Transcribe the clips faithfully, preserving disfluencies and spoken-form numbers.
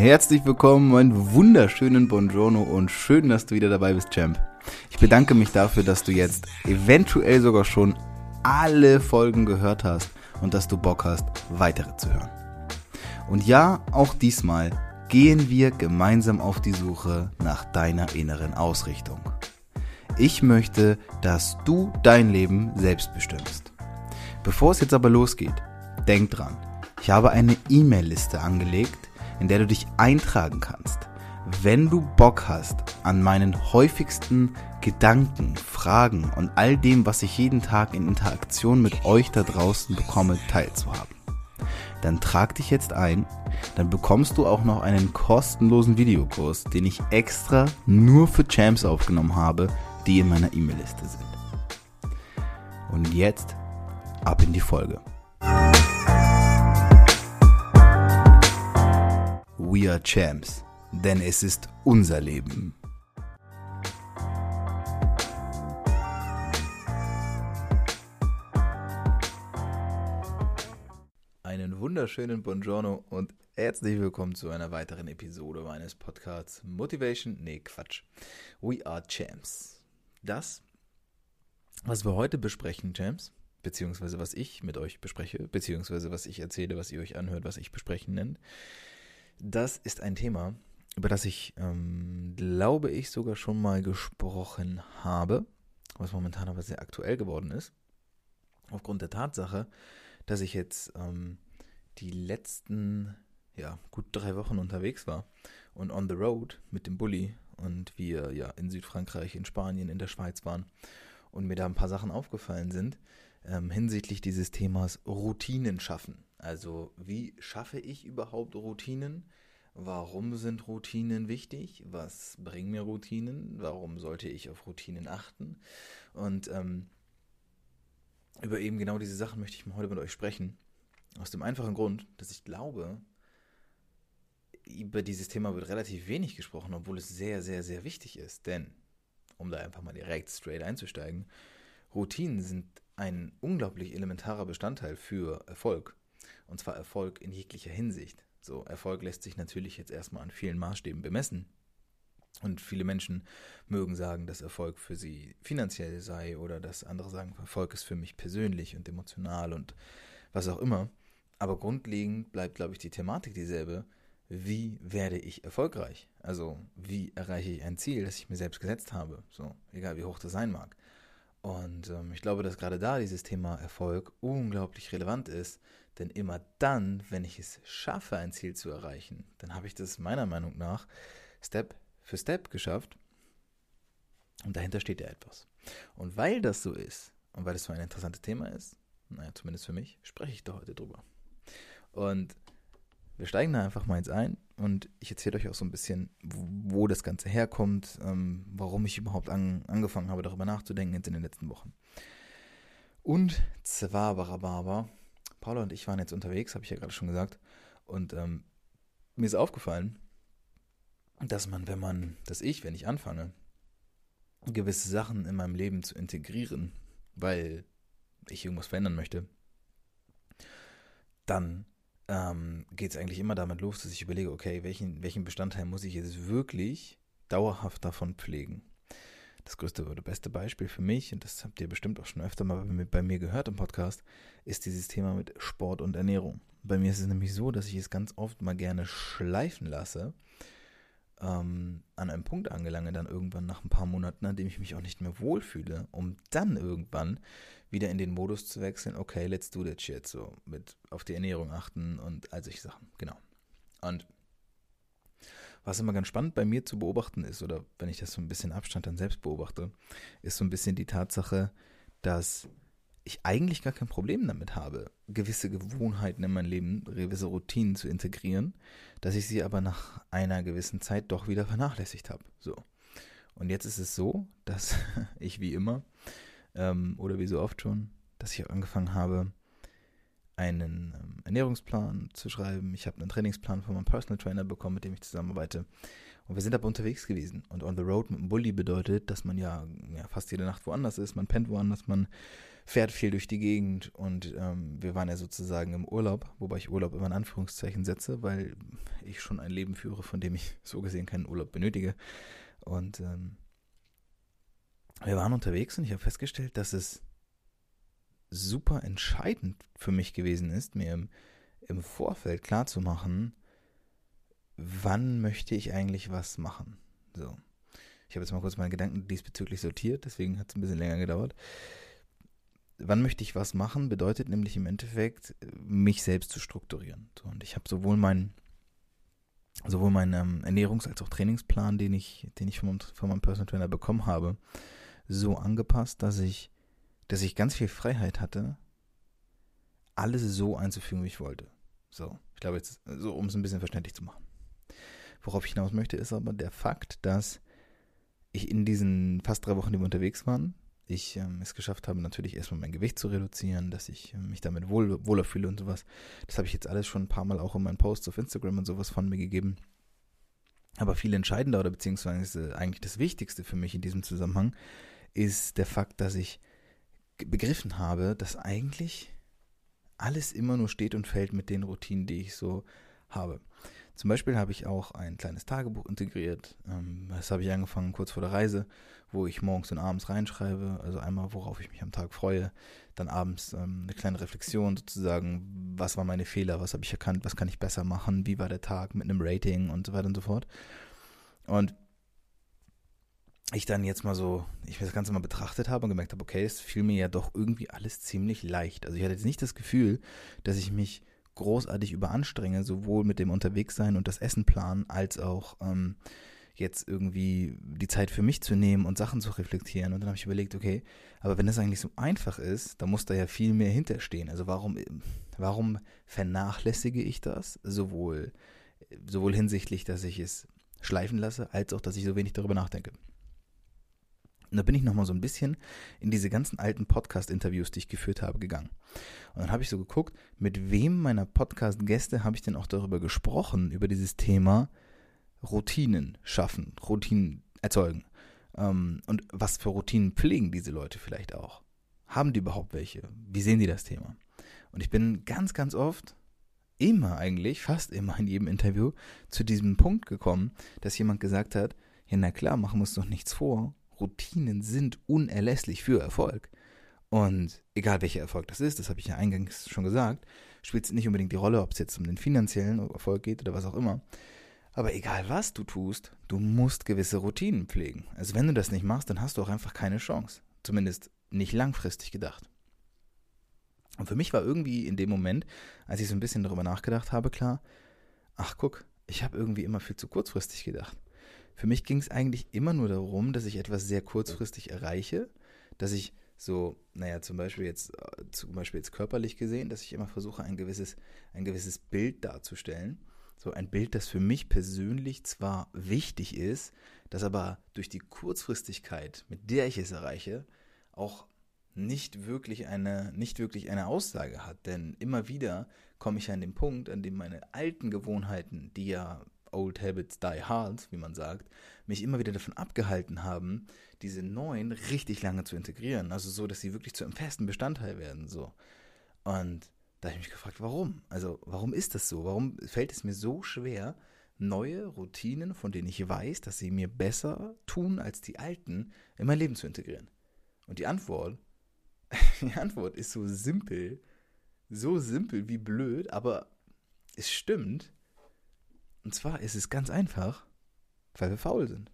Herzlich willkommen, meinen wunderschönen Buongiorno und schön, dass du wieder dabei bist, Champ. Ich bedanke mich dafür, dass du jetzt eventuell sogar schon alle Folgen gehört hast und dass du Bock hast, weitere zu hören. Und ja, auch diesmal gehen wir gemeinsam auf die Suche nach deiner inneren Ausrichtung. Ich möchte, dass du dein Leben selbst bestimmst. Bevor es jetzt aber losgeht, denk dran, ich habe eine E-Mail-Liste angelegt, in der du dich eintragen kannst, wenn du Bock hast, an meinen häufigsten Gedanken, Fragen und all dem, was ich jeden Tag in Interaktion mit euch da draußen bekomme, teilzuhaben. Dann trag dich jetzt ein, dann bekommst du auch noch einen kostenlosen Videokurs, den ich extra nur für Champs aufgenommen habe, die in meiner E-Mail-Liste sind. Und jetzt ab in die Folge. We are Champs, denn es ist unser Leben. Einen wunderschönen Buongiorno und herzlich willkommen zu einer weiteren Episode meines Podcasts Motivation, nee Quatsch, We are Champs. Das, was wir heute besprechen, Champs, beziehungsweise was ich mit euch bespreche, beziehungsweise was ich erzähle, was ihr euch anhört, was ich besprechen nennt, das ist ein Thema, über das ich, ähm, glaube ich, sogar schon mal gesprochen habe, was momentan aber sehr aktuell geworden ist, aufgrund der Tatsache, dass ich jetzt ähm, die letzten, ja, gut drei Wochen unterwegs war und on the road mit dem Bulli und wir ja in Südfrankreich, in Spanien, in der Schweiz waren und mir da ein paar Sachen aufgefallen sind, ähm, hinsichtlich dieses Themas Routinen schaffen. Also wie schaffe ich überhaupt Routinen? Warum sind Routinen wichtig? Was bringen mir Routinen? Warum sollte ich auf Routinen achten? Und ähm, über eben genau diese Sachen möchte ich mal heute mit euch sprechen. Aus dem einfachen Grund, dass ich glaube, über dieses Thema wird relativ wenig gesprochen, obwohl es sehr, sehr, sehr wichtig ist. Denn, um da einfach mal direkt straight einzusteigen, Routinen sind ein unglaublich elementarer Bestandteil für Erfolg. Und zwar Erfolg in jeglicher Hinsicht. So, Erfolg lässt sich natürlich jetzt erstmal an vielen Maßstäben bemessen. Und viele Menschen mögen sagen, dass Erfolg für sie finanziell sei oder dass andere sagen, Erfolg ist für mich persönlich und emotional und was auch immer. Aber grundlegend bleibt, glaube ich, die Thematik dieselbe. Wie werde ich erfolgreich? Also, wie erreiche ich ein Ziel, das ich mir selbst gesetzt habe? So, egal wie hoch das sein mag. Und ähm, ich glaube, dass gerade da dieses Thema Erfolg unglaublich relevant ist, denn immer dann, wenn ich es schaffe, ein Ziel zu erreichen, dann habe ich das meiner Meinung nach Step für Step geschafft und dahinter steht ja etwas. Und weil das so ist und weil das so ein interessantes Thema ist, naja, zumindest für mich, spreche ich da heute drüber. Und wir steigen da einfach mal jetzt ein und ich erzähle euch auch so ein bisschen, wo das Ganze herkommt, ähm, warum ich überhaupt an, angefangen habe, darüber nachzudenken jetzt in den letzten Wochen. Und zwar, Barababa, Paula und ich waren jetzt unterwegs, habe ich ja gerade schon gesagt, und ähm, mir ist aufgefallen, dass man, wenn man, dass ich, wenn ich anfange, gewisse Sachen in meinem Leben zu integrieren, weil ich irgendwas verändern möchte, dann ähm, geht es eigentlich immer damit los, dass ich überlege, okay, welchen, welchen Bestandteil muss ich jetzt wirklich dauerhaft davon pflegen? Das größte oder beste Beispiel für mich, und das habt ihr bestimmt auch schon öfter mal bei mir, bei mir gehört im Podcast, ist dieses Thema mit Sport und Ernährung. Bei mir ist es nämlich so, dass ich es ganz oft mal gerne schleifen lasse, ähm, an einem Punkt angelange, dann irgendwann nach ein paar Monaten, an dem ich mich auch nicht mehr wohlfühle, um dann irgendwann wieder in den Modus zu wechseln, okay, let's do that shit, so mit auf die Ernährung achten und all solche Sachen, genau. Und was immer ganz spannend bei mir zu beobachten ist, oder wenn ich das so ein bisschen Abstand dann selbst beobachte, ist so ein bisschen die Tatsache, dass ich eigentlich gar kein Problem damit habe, gewisse Gewohnheiten in mein Leben, gewisse Routinen zu integrieren, dass ich sie aber nach einer gewissen Zeit doch wieder vernachlässigt habe. So. Und jetzt ist es so, dass ich wie immer, ähm, oder wie so oft schon, dass ich auch angefangen habe, einen ähm, Ernährungsplan zu schreiben. Ich habe einen Trainingsplan von meinem Personal Trainer bekommen, mit dem ich zusammenarbeite. Und wir sind aber unterwegs gewesen. Und on the road mit dem Bulli bedeutet, dass man ja, ja fast jede Nacht woanders ist. Man pennt woanders, man fährt viel durch die Gegend und ähm, wir waren ja sozusagen im Urlaub, wobei ich Urlaub immer in Anführungszeichen setze, weil ich schon ein Leben führe, von dem ich so gesehen keinen Urlaub benötige. Und ähm, wir waren unterwegs und ich habe festgestellt, dass es super entscheidend für mich gewesen ist, mir im, im Vorfeld klarzumachen, wann möchte ich eigentlich was machen. So. Ich habe jetzt mal kurz meine Gedanken diesbezüglich sortiert, deswegen hat es ein bisschen länger gedauert. Wann möchte ich was machen, bedeutet nämlich im Endeffekt, mich selbst zu strukturieren. So, und ich habe sowohl meinen sowohl meinen ähm, Ernährungs- als auch Trainingsplan, den ich, den ich von, von meinem Personal Trainer bekommen habe, so angepasst, dass ich, dass ich ganz viel Freiheit hatte, alles so einzufügen, wie ich wollte. So, ich glaube jetzt, so um es ein bisschen verständlich zu machen. Worauf ich hinaus möchte, ist aber der Fakt, dass ich in diesen fast drei Wochen, die wir unterwegs waren, ich ähm, es geschafft habe, natürlich erstmal mein Gewicht zu reduzieren, dass ich äh, mich damit wohl, wohler fühle und sowas. Das habe ich jetzt alles schon ein paar Mal auch in meinen Posts auf Instagram und sowas von mir gegeben. Aber viel entscheidender oder beziehungsweise eigentlich das Wichtigste für mich in diesem Zusammenhang ist der Fakt, dass ich begriffen habe, dass eigentlich alles immer nur steht und fällt mit den Routinen, die ich so habe. Zum Beispiel habe ich auch ein kleines Tagebuch integriert. Das habe ich angefangen kurz vor der Reise, wo ich morgens und abends reinschreibe. Also einmal, worauf ich mich am Tag freue. Dann abends ähm, eine kleine Reflexion sozusagen. Was waren meine Fehler? Was habe ich erkannt? Was kann ich besser machen? Wie war der Tag mit einem Rating und so weiter und so fort. Und ich dann jetzt mal so, ich mir das Ganze mal betrachtet habe und gemerkt habe, okay, es fiel mir ja doch irgendwie alles ziemlich leicht. Also ich hatte jetzt nicht das Gefühl, dass ich mich großartig überanstrenge, sowohl mit dem Unterwegssein und das Essen planen, als auch ähm, jetzt irgendwie die Zeit für mich zu nehmen und Sachen zu reflektieren. Und dann habe ich überlegt, okay, aber wenn das eigentlich so einfach ist, dann muss da ja viel mehr hinterstehen. Also warum, warum vernachlässige ich das? Sowohl, sowohl hinsichtlich, dass ich es schleifen lasse, als auch, dass ich so wenig darüber nachdenke. Und da bin ich nochmal so ein bisschen in diese ganzen alten Podcast-Interviews, die ich geführt habe, gegangen. Und dann habe ich so geguckt, mit wem meiner Podcast-Gäste habe ich denn auch darüber gesprochen, über dieses Thema Routinen schaffen, Routinen erzeugen. Ähm, und was für Routinen pflegen diese Leute vielleicht auch? Haben die überhaupt welche? Wie sehen die das Thema? Und ich bin ganz, ganz oft, immer eigentlich, fast immer in jedem Interview, zu diesem Punkt gekommen, dass jemand gesagt hat, ja na klar, machen wir uns doch nichts vor, Routinen sind unerlässlich für Erfolg. Und egal welcher Erfolg das ist, das habe ich ja eingangs schon gesagt, spielt es nicht unbedingt die Rolle, ob es jetzt um den finanziellen Erfolg geht oder was auch immer. Aber egal was du tust, du musst gewisse Routinen pflegen. Also wenn du das nicht machst, dann hast du auch einfach keine Chance. Zumindest nicht langfristig gedacht. Und für mich war irgendwie in dem Moment, als ich so ein bisschen darüber nachgedacht habe, klar, ach guck, ich habe irgendwie immer viel zu kurzfristig gedacht. Für mich ging es eigentlich immer nur darum, dass ich etwas sehr kurzfristig erreiche, dass ich so, naja, zum Beispiel jetzt, zum Beispiel jetzt körperlich gesehen, dass ich immer versuche, ein gewisses, ein gewisses Bild darzustellen. So ein Bild, das für mich persönlich zwar wichtig ist, das aber durch die Kurzfristigkeit, mit der ich es erreiche, auch nicht wirklich eine, nicht wirklich eine Aussage hat. Denn immer wieder komme ich an den Punkt, an dem meine alten Gewohnheiten, die ja Old Habits die hard, wie man sagt, mich immer wieder davon abgehalten haben, diese neuen richtig lange zu integrieren. Also so, dass sie wirklich zu einem festen Bestandteil werden. So. Und da habe ich mich gefragt, warum? Also warum ist das so? Warum fällt es mir so schwer, neue Routinen, von denen ich weiß, dass sie mir besser tun als die alten, in mein Leben zu integrieren? Und die Antwort, die Antwort ist so simpel, so simpel wie blöd, aber es stimmt. Und zwar ist es ganz einfach, weil wir faul sind.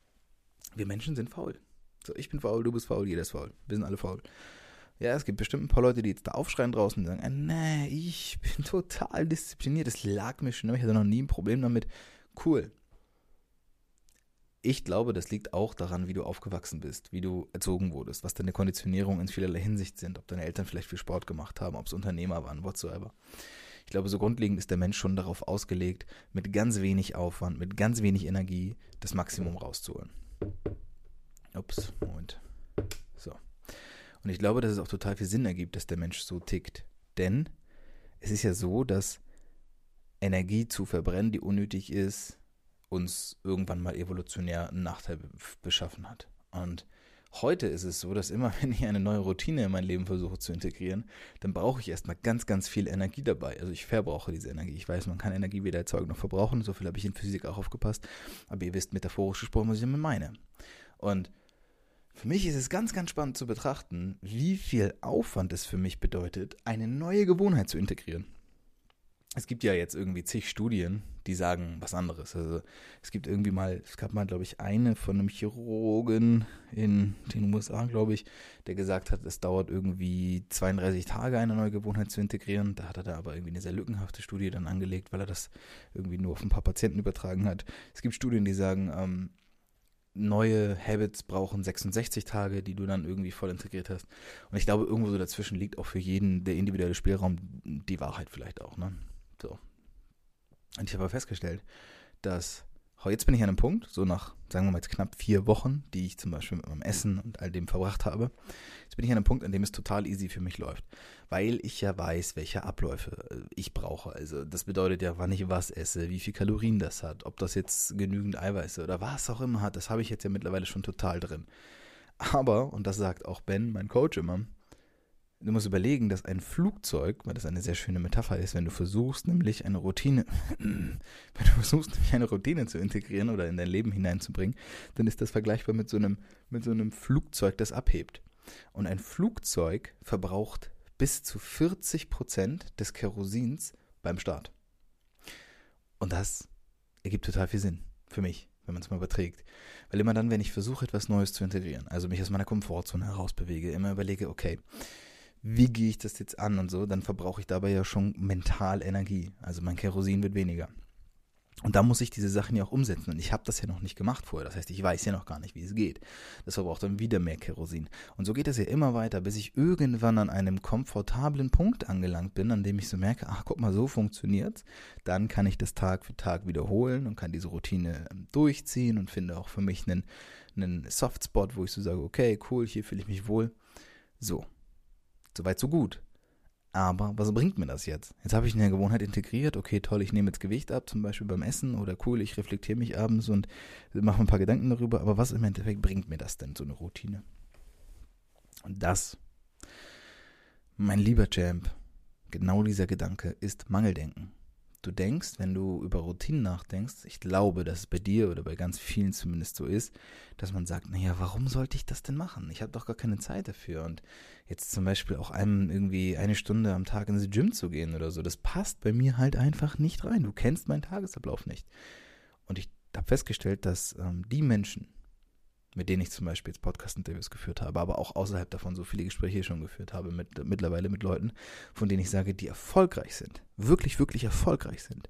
Wir Menschen sind faul. So, ich bin faul, du bist faul, jeder ist faul. Wir sind alle faul. Ja, es gibt bestimmt ein paar Leute, die jetzt da aufschreien draußen und sagen, äh, nee, ich bin total diszipliniert, das lag mir schon, ich hatte noch nie ein Problem damit. Cool. Ich glaube, das liegt auch daran, wie du aufgewachsen bist, wie du erzogen wurdest, was deine Konditionierung in vielerlei Hinsicht sind, ob deine Eltern vielleicht viel Sport gemacht haben, ob es Unternehmer waren, whatsoever. Ich glaube, so grundlegend ist der Mensch schon darauf ausgelegt, mit ganz wenig Aufwand, mit ganz wenig Energie das Maximum rauszuholen. Ups, Moment. So. Und ich glaube, dass es auch total viel Sinn ergibt, dass der Mensch so tickt. Denn es ist ja so, dass Energie zu verbrennen, die unnötig ist, uns irgendwann mal evolutionär einen Nachteil beschaffen hat. Und Heute ist es so, dass immer, wenn ich eine neue Routine in mein Leben versuche zu integrieren, dann brauche ich erstmal ganz, ganz viel Energie dabei. Also ich verbrauche diese Energie. Ich weiß, man kann Energie weder erzeugen noch verbrauchen. So viel habe ich in Physik auch aufgepasst. Aber ihr wisst metaphorisch gesprochen, was ich damit meine. Und für mich ist es ganz, ganz spannend zu betrachten, wie viel Aufwand es für mich bedeutet, eine neue Gewohnheit zu integrieren. Es gibt ja jetzt irgendwie zig Studien, die sagen was anderes. Also es gibt irgendwie mal, es gab mal, glaube ich, eine von einem Chirurgen in den U S A, glaube ich, der gesagt hat, es dauert irgendwie zweiunddreißig Tage, eine neue Gewohnheit zu integrieren. Da hat er da aber irgendwie eine sehr lückenhafte Studie dann angelegt, weil er das irgendwie nur auf ein paar Patienten übertragen hat. Es gibt Studien, die sagen, ähm, neue Habits brauchen sechsundsechzig Tage, die du dann irgendwie voll integriert hast. Und ich glaube, irgendwo so dazwischen liegt auch für jeden der individuelle Spielraum die Wahrheit vielleicht auch, ne? So. Und ich habe aber festgestellt, dass, jetzt bin ich an einem Punkt, so nach, sagen wir mal jetzt knapp vier Wochen, die ich zum Beispiel mit meinem Essen und all dem verbracht habe, jetzt bin ich an einem Punkt, an dem es total easy für mich läuft, weil ich ja weiß, welche Abläufe ich brauche. Also das bedeutet ja, wann ich was esse, wie viel Kalorien das hat, ob das jetzt genügend Eiweiße oder was auch immer hat, das habe ich jetzt ja mittlerweile schon total drin. Aber, und das sagt auch Ben, mein Coach immer, du musst überlegen, dass ein Flugzeug, weil das eine sehr schöne Metapher ist, wenn du versuchst, nämlich eine Routine, wenn du versuchst, nämlich eine Routine zu integrieren oder in dein Leben hineinzubringen, dann ist das vergleichbar mit so einem, mit so einem Flugzeug, das abhebt. Und ein Flugzeug verbraucht bis zu vierzig Prozent des Kerosins beim Start. Und das ergibt total viel Sinn für mich, wenn man es mal überträgt. Weil immer dann, wenn ich versuche, etwas Neues zu integrieren, also mich aus meiner Komfortzone herausbewege, immer überlege, okay, wie gehe ich das jetzt an und so, dann verbrauche ich dabei ja schon mental Energie. Also mein Kerosin wird weniger. Und da muss ich diese Sachen ja auch umsetzen. Und ich habe das ja noch nicht gemacht vorher. Das heißt, ich weiß ja noch gar nicht, wie es geht. Das verbraucht dann wieder mehr Kerosin. Und so geht es ja immer weiter, bis ich irgendwann an einem komfortablen Punkt angelangt bin, an dem ich so merke, ach, guck mal, so funktioniert's. Dann kann ich das Tag für Tag wiederholen und kann diese Routine ähm, durchziehen und finde auch für mich einen, einen Softspot, wo ich so sage, okay, cool, hier fühle ich mich wohl. So. Soweit, so gut. Aber was bringt mir das jetzt? Jetzt habe ich eine Gewohnheit integriert. Okay, toll, ich nehme jetzt Gewicht ab, zum Beispiel beim Essen. Oder cool, ich reflektiere mich abends und mache mir ein paar Gedanken darüber. Aber was im Endeffekt bringt mir das denn, so eine Routine? Und das, mein lieber Champ, genau dieser Gedanke ist Mangeldenken. Du denkst, wenn du über Routinen nachdenkst, ich glaube, dass es bei dir oder bei ganz vielen zumindest so ist, dass man sagt, naja, warum sollte ich das denn machen? Ich habe doch gar keine Zeit dafür. Und jetzt zum Beispiel auch einem irgendwie eine Stunde am Tag ins Gym zu gehen oder so, das passt bei mir halt einfach nicht rein. Du kennst meinen Tagesablauf nicht. Und ich habe festgestellt, dass ähm, die Menschen, mit denen ich zum Beispiel jetzt Podcast-Interviews geführt habe, aber auch außerhalb davon so viele Gespräche schon geführt habe, mit, mittlerweile mit Leuten, von denen ich sage, die erfolgreich sind, wirklich, wirklich erfolgreich sind.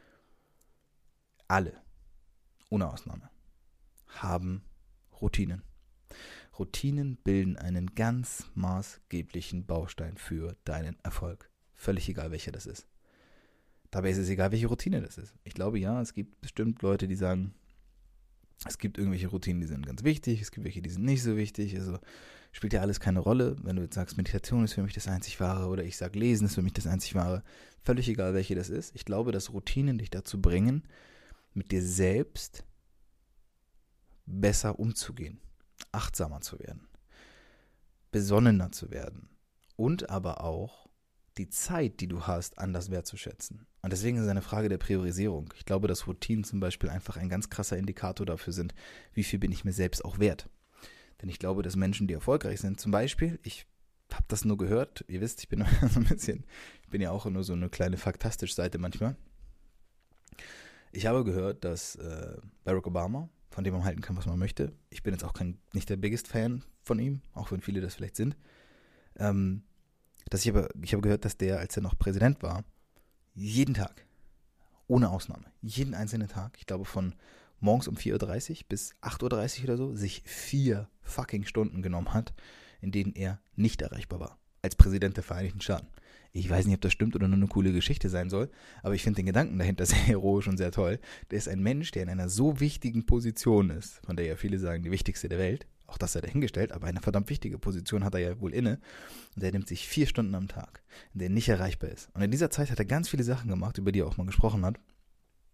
Alle, ohne Ausnahme, haben Routinen. Routinen bilden einen ganz maßgeblichen Baustein für deinen Erfolg. Völlig egal, welcher das ist. Dabei ist es egal, welche Routine das ist. Ich glaube, ja, es gibt bestimmt Leute, die sagen, es gibt irgendwelche Routinen, die sind ganz wichtig, es gibt welche, die sind nicht so wichtig, also spielt ja alles keine Rolle. Wenn du jetzt sagst, Meditation ist für mich das einzig Wahre oder ich sage, Lesen ist für mich das einzig Wahre, völlig egal, welche das ist. Ich glaube, dass Routinen dich dazu bringen, mit dir selbst besser umzugehen, achtsamer zu werden, besonnener zu werden und aber auch die Zeit, die du hast, anders wertzuschätzen. Und deswegen ist es eine Frage der Priorisierung. Ich glaube, dass Routinen zum Beispiel einfach ein ganz krasser Indikator dafür sind, wie viel bin ich mir selbst auch wert. Denn ich glaube, dass Menschen, die erfolgreich sind, zum Beispiel, ich habe das nur gehört, ihr wisst, ich bin so ein bisschen, ich bin ja auch nur so eine kleine faktastische Seite manchmal. Ich habe gehört, dass äh, Barack Obama, von dem man halten kann, was man möchte, ich bin jetzt auch kein, nicht der biggest Fan von ihm, auch wenn viele das vielleicht sind, ähm, dass ich aber, ich habe gehört, dass der, als er noch Präsident war, jeden Tag, ohne Ausnahme, jeden einzelnen Tag, ich glaube von morgens um vier Uhr dreißig bis acht Uhr dreißig oder so, sich vier fucking Stunden genommen hat, in denen er nicht erreichbar war, als Präsident der Vereinigten Staaten. Ich weiß nicht, ob das stimmt oder nur eine coole Geschichte sein soll, aber ich finde den Gedanken dahinter sehr heroisch und sehr toll. Der ist ein Mensch, der in einer so wichtigen Position ist, von der ja viele sagen, die wichtigste der Welt, auch das hat er dahingestellt, aber eine verdammt wichtige Position hat er ja wohl inne. Und er nimmt sich vier Stunden am Tag, in der er nicht erreichbar ist. Und in dieser Zeit hat er ganz viele Sachen gemacht, über die er auch mal gesprochen hat.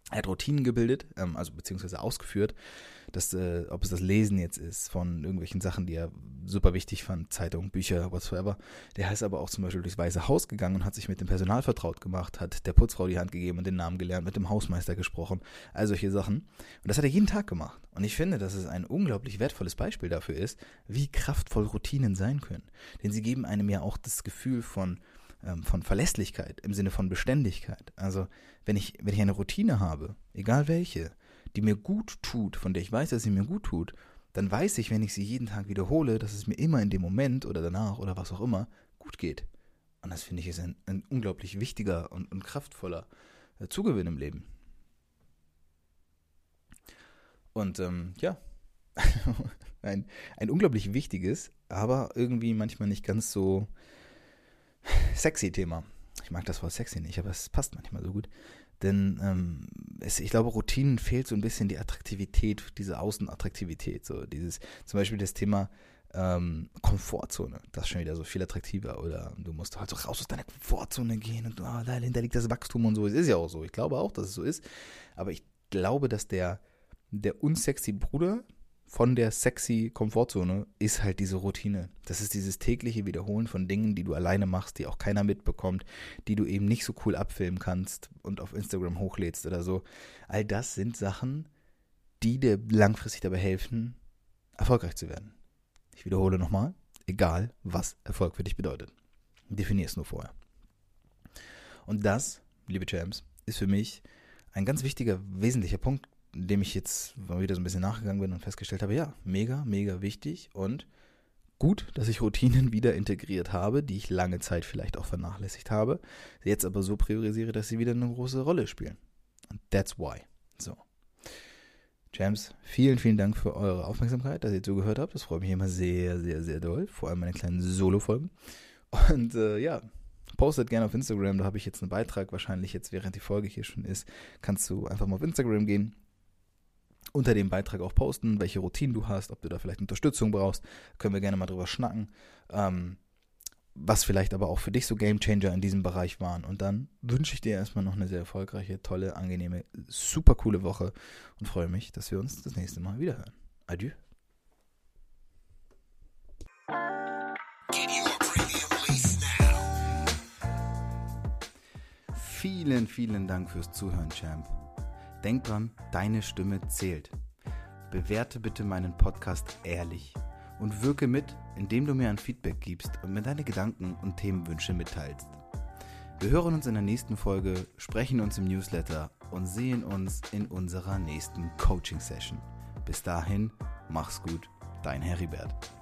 Er hat Routinen gebildet, ähm, also beziehungsweise ausgeführt, dass, äh, ob es das Lesen jetzt ist von irgendwelchen Sachen, die er super wichtig fand, Zeitungen, Bücher, whatsoever. Der ist aber auch zum Beispiel durchs Weiße Haus gegangen und hat sich mit dem Personal vertraut gemacht, hat der Putzfrau die Hand gegeben und den Namen gelernt, mit dem Hausmeister gesprochen, all solche Sachen. Und das hat er jeden Tag gemacht. Und ich finde, dass es ein unglaublich wertvolles Beispiel dafür ist, wie kraftvoll Routinen sein können. Denn sie geben einem ja auch das Gefühl von von Verlässlichkeit, im Sinne von Beständigkeit. Also wenn ich, wenn ich eine Routine habe, egal welche, die mir gut tut, von der ich weiß, dass sie mir gut tut, dann weiß ich, wenn ich sie jeden Tag wiederhole, dass es mir immer in dem Moment oder danach oder was auch immer gut geht. Und das finde ich ist ein, ein unglaublich wichtiger und, und kraftvoller äh, Zugewinn im Leben. Und ähm, ja, ein, ein unglaublich wichtiges, aber irgendwie manchmal nicht ganz so sexy Thema. Ich mag das Wort sexy nicht, aber es passt manchmal so gut. Denn ähm, es, ich glaube, Routinen fehlt so ein bisschen die Attraktivität, diese Außenattraktivität. So dieses, zum Beispiel das Thema ähm, Komfortzone. Das ist schon wieder so viel attraktiver. Oder du musst halt so raus aus deiner Komfortzone gehen und oh, dahinter liegt das Wachstum und so. Es ist ja auch so. Ich glaube auch, dass es so ist. Aber ich glaube, dass der, der unsexy Bruder von der sexy Komfortzone ist halt diese Routine. Das ist dieses tägliche Wiederholen von Dingen, die du alleine machst, die auch keiner mitbekommt, die du eben nicht so cool abfilmen kannst und auf Instagram hochlädst oder so. All das sind Sachen, die dir langfristig dabei helfen, erfolgreich zu werden. Ich wiederhole nochmal, egal was Erfolg für dich bedeutet. Definier es nur vorher. Und das, liebe Champs, ist für mich ein ganz wichtiger, wesentlicher Punkt, dem ich jetzt mal wieder so ein bisschen nachgegangen bin und festgestellt habe, ja, mega, mega wichtig und gut, dass ich Routinen wieder integriert habe, die ich lange Zeit vielleicht auch vernachlässigt habe, jetzt aber so priorisiere, dass sie wieder eine große Rolle spielen. Und that's why. So. Champs, vielen, vielen Dank für eure Aufmerksamkeit, dass ihr zugehört habt. Das freut mich immer sehr, sehr, sehr doll. Vor allem meine kleinen Solo-Folgen. Und äh, ja, postet gerne auf Instagram. Da habe ich jetzt einen Beitrag, wahrscheinlich jetzt, während die Folge hier schon ist, kannst du einfach mal auf Instagram gehen. Unter dem Beitrag auch posten, welche Routinen du hast, ob du da vielleicht Unterstützung brauchst, können wir gerne mal drüber schnacken, ähm, was vielleicht aber auch für dich so Gamechanger in diesem Bereich waren. Und dann wünsche ich dir erstmal noch eine sehr erfolgreiche, tolle, angenehme, super coole Woche und freue mich, dass wir uns das nächste Mal wiederhören. Adieu. Vielen, vielen Dank fürs Zuhören, Champ. Denk dran, deine Stimme zählt. Bewerte bitte meinen Podcast ehrlich und wirke mit, indem du mir ein Feedback gibst und mir deine Gedanken und Themenwünsche mitteilst. Wir hören uns in der nächsten Folge, sprechen uns im Newsletter und sehen uns in unserer nächsten Coaching-Session. Bis dahin, mach's gut, dein Heribert.